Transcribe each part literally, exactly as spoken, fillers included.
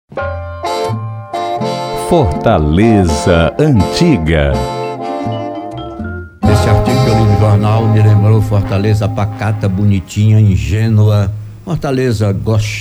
Fortaleza Antiga. Esse artigo que eu li no jornal me lembrou Fortaleza pacata, bonitinha, ingênua, Fortaleza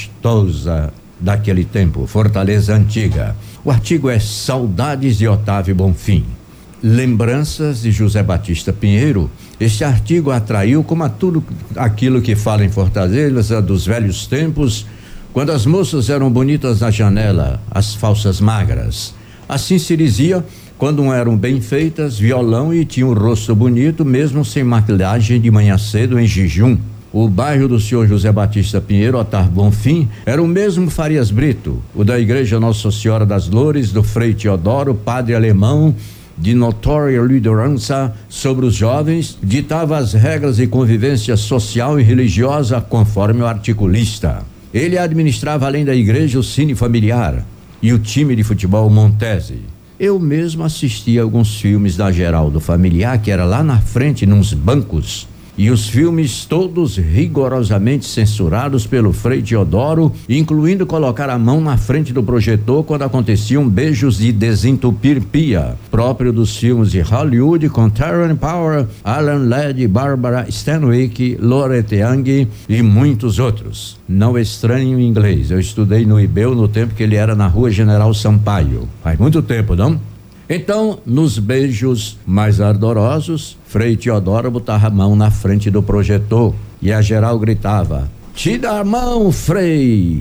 gostosa daquele tempo, Fortaleza Antiga. O artigo é Saudades de Otávio Bonfim, lembranças de José Batista Pinheiro. Este artigo atraiu, como a tudo aquilo que fala em Fortaleza dos velhos tempos, quando as moças eram bonitas na janela, as falsas magras. Assim se dizia quando eram bem feitas, violão e tinham o rosto bonito, mesmo sem maquilhagem, de manhã cedo em jejum. O bairro do senhor José Batista Pinheiro, Otávio Bonfim, era o mesmo Farias Brito, o da igreja Nossa Senhora das Dores, do Frei Teodoro, padre alemão, de notória liderança sobre os jovens, ditava as regras de convivência social e religiosa conforme o articulista. Ele administrava, além da igreja, o cine familiar e o time de futebol Montese. Eu mesmo assisti a alguns filmes da Geraldo Familiar, que era lá na frente, nos bancos, e os filmes todos rigorosamente censurados pelo Frei Teodoro, incluindo colocar a mão na frente do projetor quando aconteciam beijos de desentupir pia, próprio dos filmes de Hollywood, com Tyrone Power, Alan Ladd, Barbara Stanwyck, Loretta Young e muitos outros. Não estranho em inglês, eu estudei no Ibeu no tempo que ele era na Rua General Sampaio. Faz muito tempo, não? Então, nos beijos mais ardorosos, Frei Teodoro botava a mão na frente do projetor e a geral gritava: "Te dá a mão, Frei!"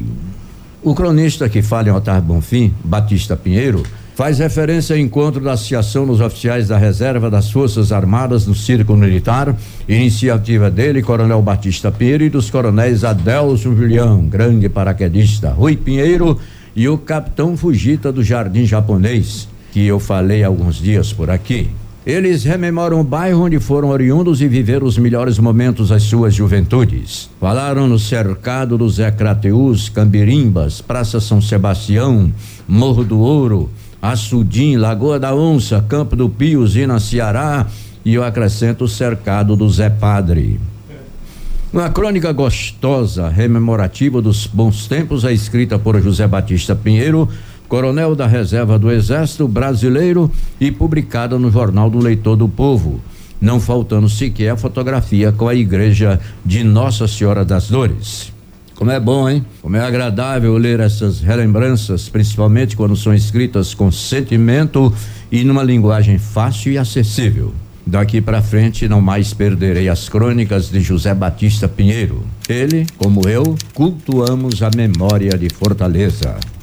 O cronista que fala em Otávio Bonfim, Batista Pinheiro, faz referência ao encontro da Associação dos Oficiais da Reserva das Forças Armadas no Círculo Militar, iniciativa dele, Coronel Batista Pinheiro, e dos coronéis Adelson Julião, grande paraquedista, Rui Pinheiro e o capitão Fujita do Jardim Japonês, que eu falei há alguns dias por aqui. Eles rememoram o bairro onde foram oriundos e viveram os melhores momentos das suas juventudes. Falaram no cercado dos Zé Crateús, Cambirimbas, Praça São Sebastião, Morro do Ouro, Açudim, Lagoa da Onça, Campo do Pio, Usina Ceará, e eu acrescento o cercado do Zé Padre. Uma crônica gostosa, rememorativa dos bons tempos, é escrita por José Batista Pinheiro, coronel da Reserva do Exército Brasileiro, e publicada no Jornal do Leitor do Povo, não faltando sequer a fotografia com a igreja de Nossa Senhora das Dores. Como é bom, hein? Como é agradável ler essas relembranças, principalmente quando são escritas com sentimento e numa linguagem fácil e acessível. Daqui para frente não mais perderei as crônicas de José Batista Pinheiro. Ele, como eu, cultuamos a memória de Fortaleza.